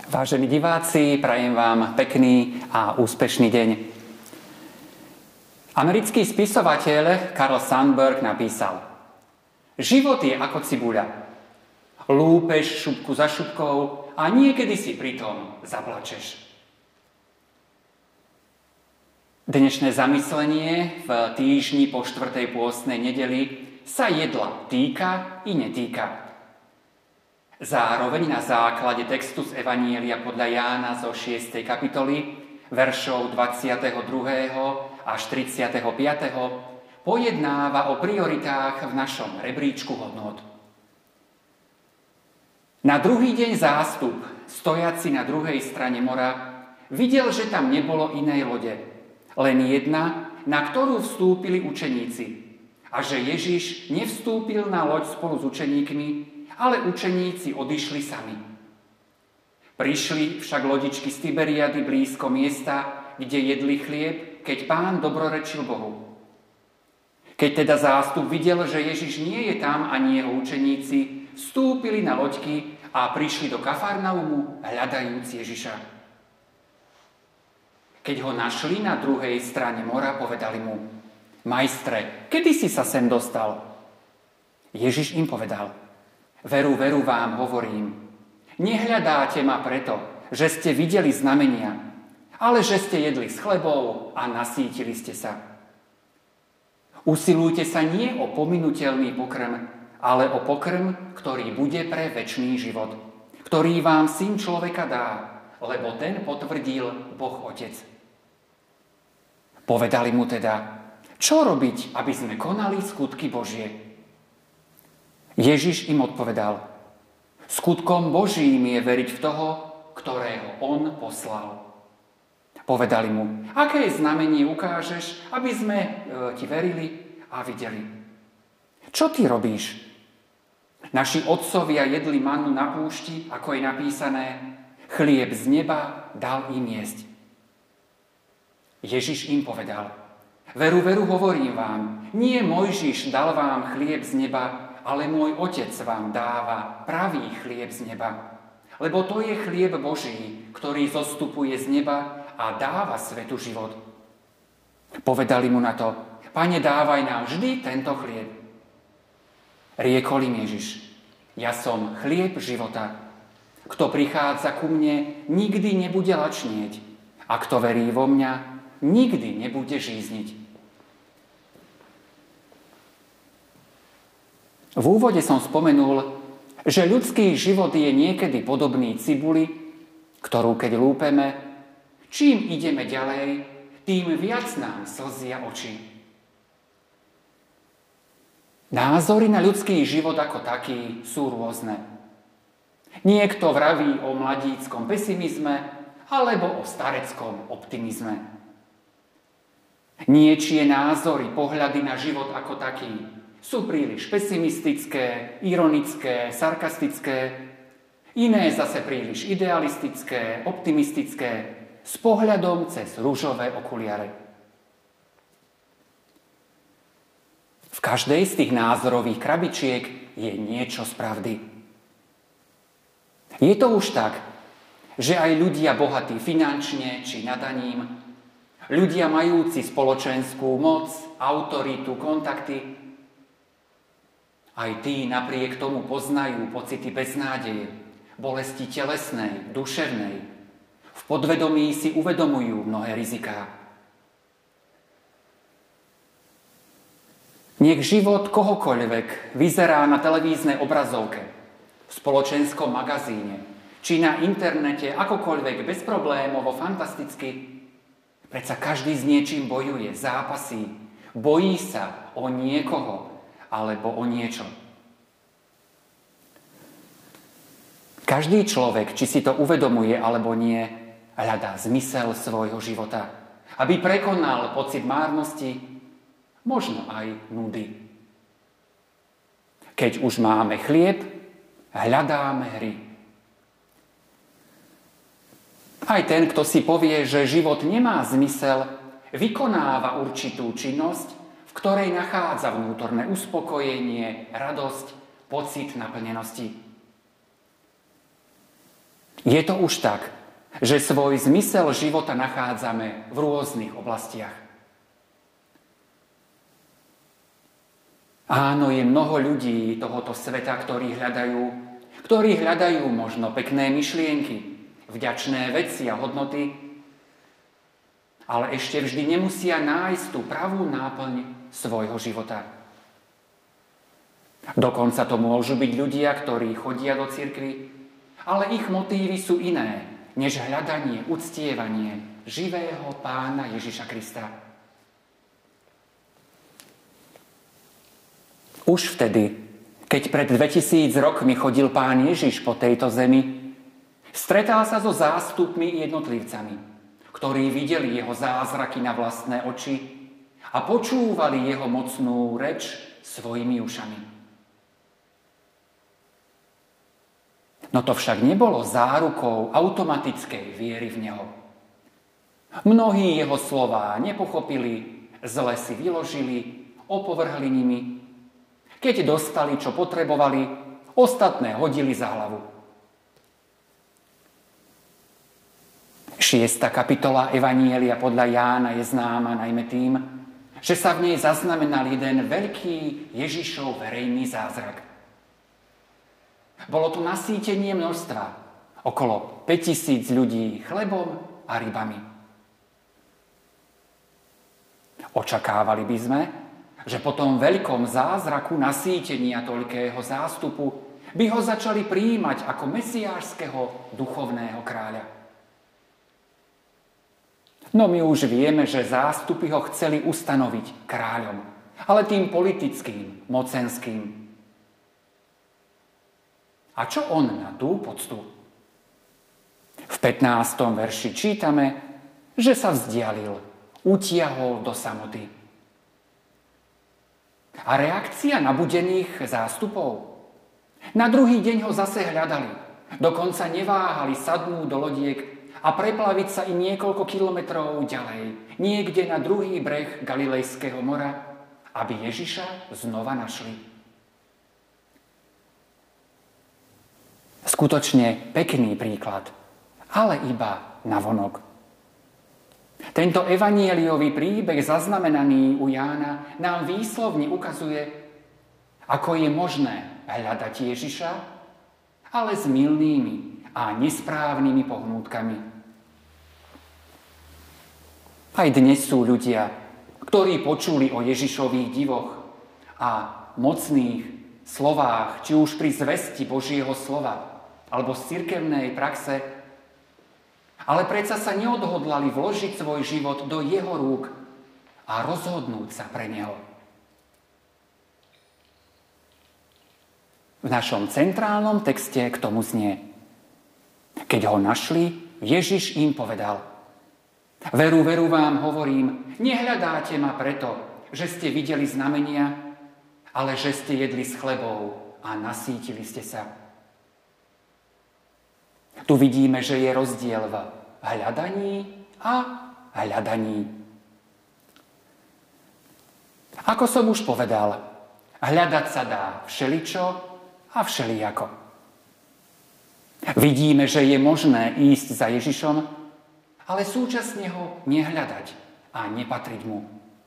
Vážení diváci, prajem vám pekný a úspešný deň. Americký spisovateľ Carl Sandburg napísal: Život je ako cibuľa. Lúpeš šupku za šupkou a niekedy si pritom zaplačeš. Dnešné zamyslenie v týždni po 4. pôstnej nedeli sa jedla týka i netýka. Zároveň na základe textu z Evanielia podľa Jána zo 6. kapitoly, veršov 22. až 35. pojednáva o prioritách v našom rebríčku hodnôt. Na druhý deň zástup, stojaci na druhej strane mora, videl, že tam nebolo inej lode, len jedna, na ktorú vstúpili učeníci, a že Ježiš nevstúpil na loď spolu s učeníkmi, ale učeníci odišli sami. Prišli však lodičky z Tiberiady blízko miesta, kde jedli chlieb, keď Pán dobrorečil Bohu. Keď teda zástup videl, že Ježiš nie je tam ani jeho učeníci, vstúpili na loďky a prišli do Kafarnaumu, hľadajúc Ježiša. Keď ho našli na druhej strane mora, povedali mu: Majstre, kedy si sa sem dostal? Ježiš im povedal: Veru, veru vám hovorím, nehľadáte ma preto, že ste videli znamenia, ale že ste jedli s chlebou a nasýtili ste sa. Usilujte sa nie o pominuteľný pokrm, ale o pokrm, ktorý bude pre večný život, ktorý vám Syn človeka dá, lebo ten potvrdil Boh Otec. Povedali mu teda: Čo robiť, aby sme konali skutky Božie? Ježiš im odpovedal: Skutkom Božím je veriť v toho, ktorého on poslal. Povedali mu: Aké znamenie ukážeš, aby sme ti verili a videli? Čo ty robíš? Naši otcovia jedli mannu na púšti, ako je napísané: Chlieb z neba dal im jesť. Ježiš im povedal: Veru, veru hovorím vám, nie Mojžiš dal vám chlieb z neba, ale môj Otec vám dáva pravý chlieb z neba. Lebo to je chlieb Boží, ktorý zostupuje z neba a dáva svetu život. Povedali mu na to: Pane, dávaj nám vždy tento chlieb. Riekol im Ježiš: Ja som chlieb života. Kto prichádza ku mne, nikdy nebude lačnieť. A kto verí vo mňa, nikdy nebude žízniť. V úvode som spomenul, že ľudský život je niekedy podobný cibuli, ktorú keď lúpeme, čím ideme ďalej, tým viac nám slzia oči. Názory na ľudský život ako taký sú rôzne. Niekto vraví o mladíckom pesimizme alebo o stareckom optimizme. Niečie názory, pohľady na život ako taký sú príliš pesimistické, ironické, sarkastické, iné zase príliš idealistické, optimistické, s pohľadom cez ružové okuliare. V každej z tých názorových krabičiek je niečo z pravdy. Je to už tak, že aj ľudia bohatí finančne či nadaním, ľudia majúci spoločenskú moc, autoritu, kontakty, aj tí napriek tomu poznajú pocity beznádeje, bolesti telesnej, duševnej. V podvedomí si uvedomujú mnohé riziká. Nech život kohokoľvek vyzerá na televíznej obrazovke, v spoločenskom magazíne, či na internete akokoľvek bezproblémovo, fantasticky, predsa každý s niečím bojuje, zápasí, bojí sa o niekoho, alebo o niečo. Každý človek, či si to uvedomuje alebo nie, hľadá zmysel svojho života, aby prekonal pocit márnosti, možno aj nudy. Keď už máme chlieb, hľadáme hry. Aj ten, kto si povie, že život nemá zmysel, vykonáva určitú činnosť, v ktorej nachádza vnútorné uspokojenie, radosť, pocit naplnenosti. Je to už tak, že svoj zmysel života nachádzame v rôznych oblastiach. Áno, je mnoho ľudí tohoto sveta, ktorí hľadajú možno pekné myšlienky, vďačné veci a hodnoty, ale ešte vždy nemusia nájsť tú pravú náplň svojho života. Dokonca to môžu byť ľudia, ktorí chodia do cirkvi, ale ich motívy sú iné, než hľadanie, uctievanie živého Pána Ježiša Krista. Už vtedy, keď pred 2000 rokmi chodil Pán Ježiš po tejto zemi, stretal sa so zástupmi i jednotlivcami, ktorí videli jeho zázraky na vlastné oči a počúvali jeho mocnú reč svojimi ušami. No to však nebolo zárukou automatickej viery v neho. Mnohí jeho slová nepochopili, zle si vyložili, opovrhli nimi. Keď dostali, čo potrebovali, ostatné hodili za hlavu. 6. kapitola Evanielia podľa Jána je známa najmä tým, že sa v nej zaznamenal jeden veľký Ježišov verejný zázrak. Bolo tu nasýtenie množstva, okolo 5000 ľudí chlebom a rybami. Očakávali by sme, že po tom veľkom zázraku nasýtenia toľkého zástupu by ho začali prijímať ako mesiášskeho duchovného kráľa. No my už vieme, že zástupy ho chceli ustanoviť kráľom, ale tým politickým, mocenským. A čo on na tú poctu? V 15. verši čítame, že sa vzdialil, utiahol do samoty. A reakcia nabudených zástupov? Na druhý deň ho zase hľadali. Dokonca neváhali sadnúť do lodiek a preplaviť sa i niekoľko kilometrov ďalej, niekde na druhý breh Galilejského mora, aby Ježiša znova našli. Skutočne pekný príklad, ale iba navonok. Tento evanieliový príbeh zaznamenaný u Jána nám výslovne ukazuje, ako je možné hľadať Ježiša, ale s mylnými a nesprávnymi pohnútkami. Aj dnes sú ľudia, ktorí počuli o Ježišových divoch a mocných slovách, či už pri zvesti Božieho slova, alebo z cirkevnej praxe, ale predsa sa neodhodlali vložiť svoj život do jeho rúk a rozhodnúť sa pre neho. V našom centrálnom texte k tomu znie: keď ho našli, Ježiš im povedal: veru, veru vám hovorím, nehľadáte ma preto, že ste videli znamenia, ale že ste jedli s chlebou a nasýtili ste sa. Tu vidíme, že je rozdiel v hľadaní a hľadaní. Ako som už povedal, hľadať sa dá všeličo a všelijako. Vidíme, že je možné ísť za Ježišom, ale súčasne ho nehľadať a nepatriť mu.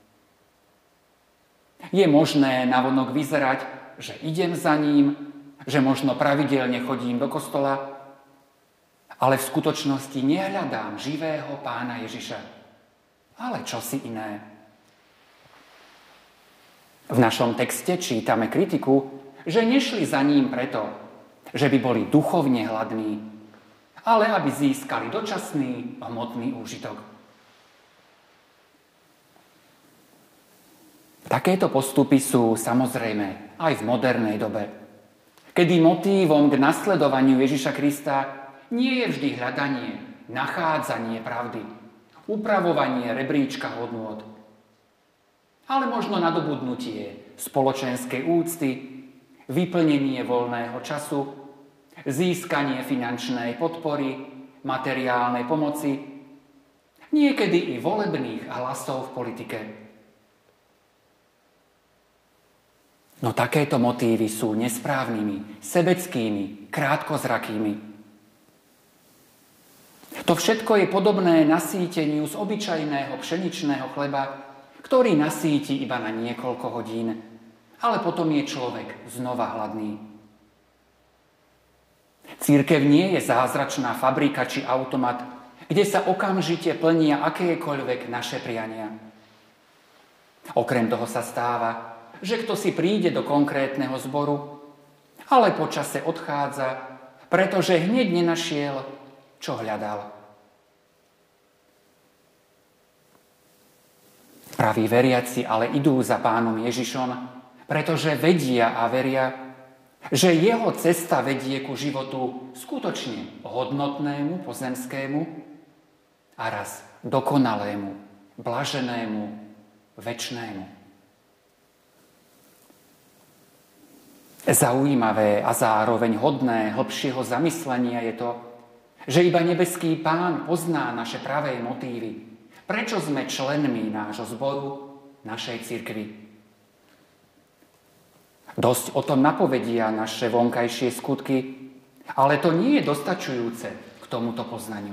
Je možné navonok vyzerať, že idem za ním, že možno pravidelne chodím do kostola, ale v skutočnosti nehľadám živého Pána Ježiša, ale čosi iné. V našom texte čítame kritiku, že nešli za ním preto, že by boli duchovne hladní, ale aby získali dočasný hmotný úžitok. Takéto postupy sú samozrejme aj v modernej dobe, kedy motívom k nasledovaniu Ježiša Krista nie je vždy hľadanie, nachádzanie pravdy, upravovanie rebríčka hodnôt, ale možno nadobudnutie spoločenskej úcty, vyplnenie voľného času, získanie finančnej podpory, materiálnej pomoci, niekedy i volebných hlasov v politike. No takéto motívy sú nesprávnymi, sebeckými, krátkozrakými. To všetko je podobné nasýteniu z obyčajného pšeničného chleba, ktorý nasýti iba na niekoľko hodín, ale potom je človek znova hladný. Cirkev nie je zázračná fabrika či automat, kde sa okamžite plnia akékoľvek naše priania. Okrem toho sa stáva, že kto si príde do konkrétneho zboru, ale po čase odchádza, pretože hneď nenašiel, čo hľadal. Praví veriaci ale idú za Pánom Ježišom, pretože vedia a veria, že jeho cesta vedie ku životu skutočne hodnotnému, pozemskému a raz dokonalému, blaženému, večnému. Zaujímavé a zároveň hodné hlbšieho zamyslenia je to, že iba nebeský Pán pozná naše pravé motívy. Prečo sme členmi nášho zboru, našej cirkvi? Dosť o tom napovedia naše vonkajšie skutky, ale to nie je dostačujúce k tomuto poznaniu.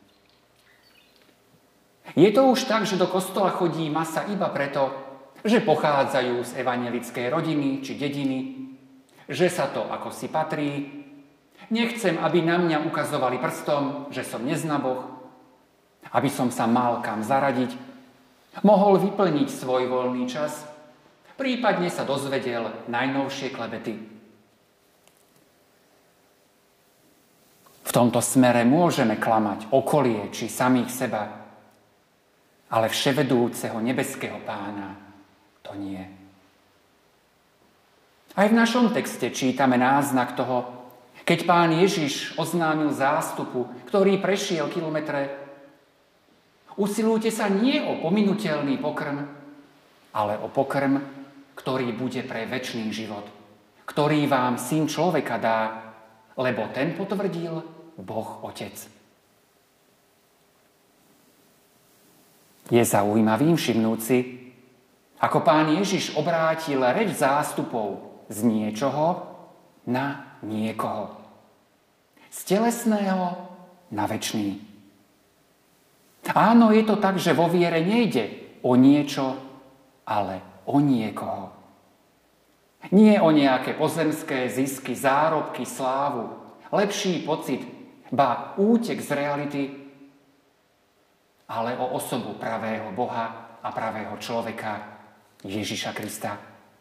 Je to už tak, že do kostola chodí masa iba preto, že pochádzajú z evanjelickej rodiny či dediny, že sa to ako si patrí. Nechcem, aby na mňa ukazovali prstom, že som neznaboch, aby som sa mal kam zaradiť, mohol vyplniť svoj voľný čas, prípadne sa dozvedel najnovšie klebety. V tomto smere môžeme klamať okolie či samých seba, ale vševedúceho nebeského Pána to nie. Aj v našom texte čítame náznak toho, keď Pán Ježiš oznámil zástupu, ktorý prešiel kilometre: usilujte sa nie o pominuteľný pokrm, ale o pokrm, ktorý bude pre večný život, ktorý vám Syn človeka dá, lebo ten potvrdil Boh Otec. Je zaujímavým všimnúť si, ako Pán Ježiš obrátil reč zástupov z niečoho na niekoho. Z telesného na večný. Áno, je to tak, že vo viere nejde o niečo, ale o niekoho. Nie o nejaké pozemské zisky, zárobky, slávu, lepší pocit, ba útek z reality, ale o osobu pravého Boha a pravého človeka Ježiša Krista.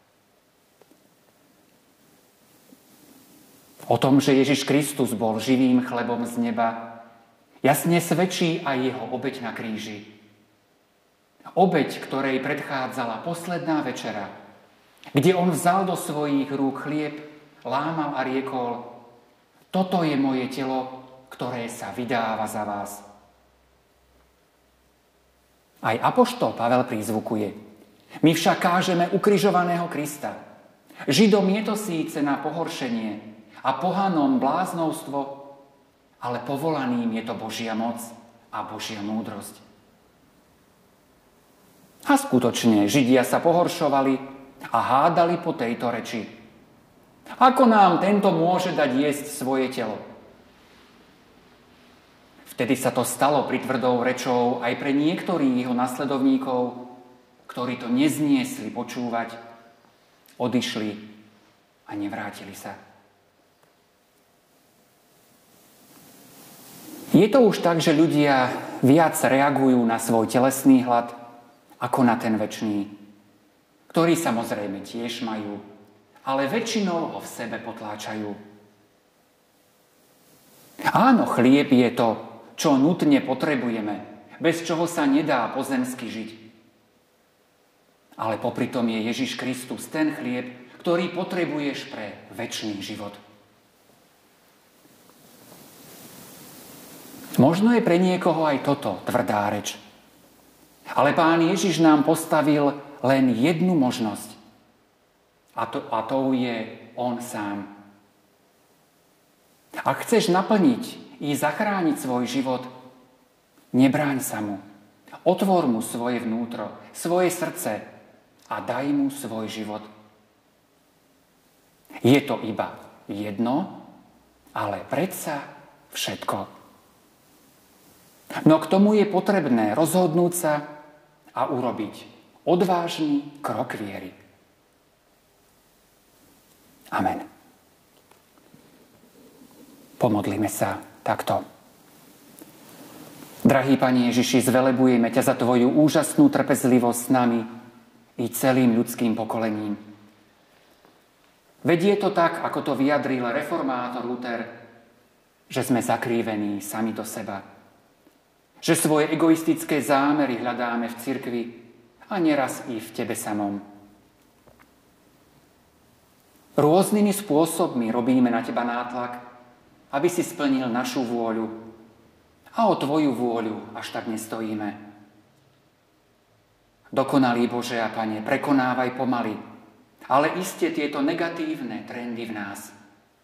O tom, že Ježiš Kristus bol živým chlebom z neba, jasne svedčí aj jeho obeť na kríži. Obeť, ktorej predchádzala posledná večera, kde on vzal do svojich rúk chlieb, lámal a riekol: toto je moje telo, ktoré sa vydáva za vás. Aj apoštol Pavel prizvukuje: my však kážeme ukrižovaného Krista. Židom je to síce na pohoršenie a pohanom bláznovstvo, ale povolaným je to Božia moc a Božia múdrosť. A skutočne, Židia sa pohoršovali a hádali po tejto reči: ako nám tento môže dať jesť svoje telo? Vtedy sa to stalo pritvrdou rečou aj pre niektorých jeho nasledovníkov, ktorí to nezniesli počúvať, odišli a nevrátili sa. Je to už tak, že ľudia viac reagujú na svoj telesný hlad ako na ten večný, ktorý samozrejme tiež majú, ale väčšinou ho v sebe potláčajú. Áno, chlieb je to, čo nutne potrebujeme, bez čoho sa nedá pozemsky žiť. Ale popri tom je Ježiš Kristus ten chlieb, ktorý potrebuješ pre večný život. Možno je pre niekoho aj toto tvrdá reč. Ale Pán Ježiš nám postavil len jednu možnosť. A to je on sám. Ak chceš naplniť i zachrániť svoj život, nebráň sa mu. Otvor mu svoje vnútro, svoje srdce a daj mu svoj život. Je to iba jedno, ale predsa všetko. No k tomu je potrebné rozhodnúť sa a urobiť odvážny krok viery. Amen. Pomodlíme sa takto. Drahý Pane Ježiši, zvelebujeme ťa za Tvoju úžasnú trpezlivosť s nami i celým ľudským pokolením. Veď je to tak, ako to vyjadril reformátor Luther, že sme zakrývení sami do seba. Že svoje egoistické zámery hľadáme v cirkvi a neraz i v Tebe samom. Rôznymi spôsobmi robíme na Teba nátlak, aby si splnil našu vôľu. A o Tvoju vôľu až tak nestojíme. Dokonalý Bože a Pane, prekonávaj pomaly, ale iste tieto negatívne trendy v nás.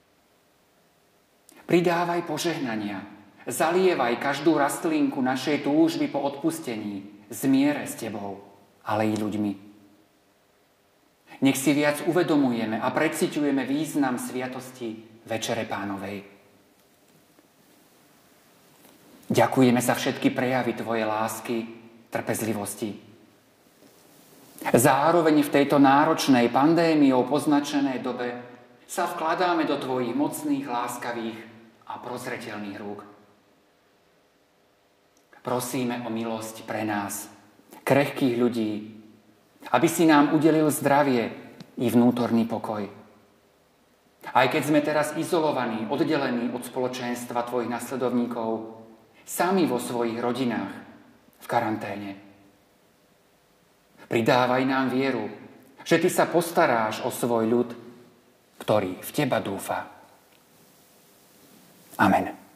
Pridávaj požehnania, zalievaj každú rastlinku našej túžby po odpustení, zmiere s Tebou, ale i ľuďmi. Nech si viac uvedomujeme a preciťujeme význam sviatosti Večere Pánovej. Ďakujeme za všetky prejavy Tvojej lásky, trpezlivosti. Zároveň v tejto náročnej pandémiou poznačenej dobe sa vkladáme do Tvojich mocných, láskavých a prozreteľných rúk. Prosíme o milosť pre nás, krehkých ľudí, aby si nám udelil zdravie i vnútorný pokoj. Aj keď sme teraz izolovaní, oddelení od spoločenstva Tvojich nasledovníkov, sami vo svojich rodinách, v karanténe. Pridávaj nám vieru, že Ty sa postaráš o svoj ľud, ktorý v Teba dúfa. Amen.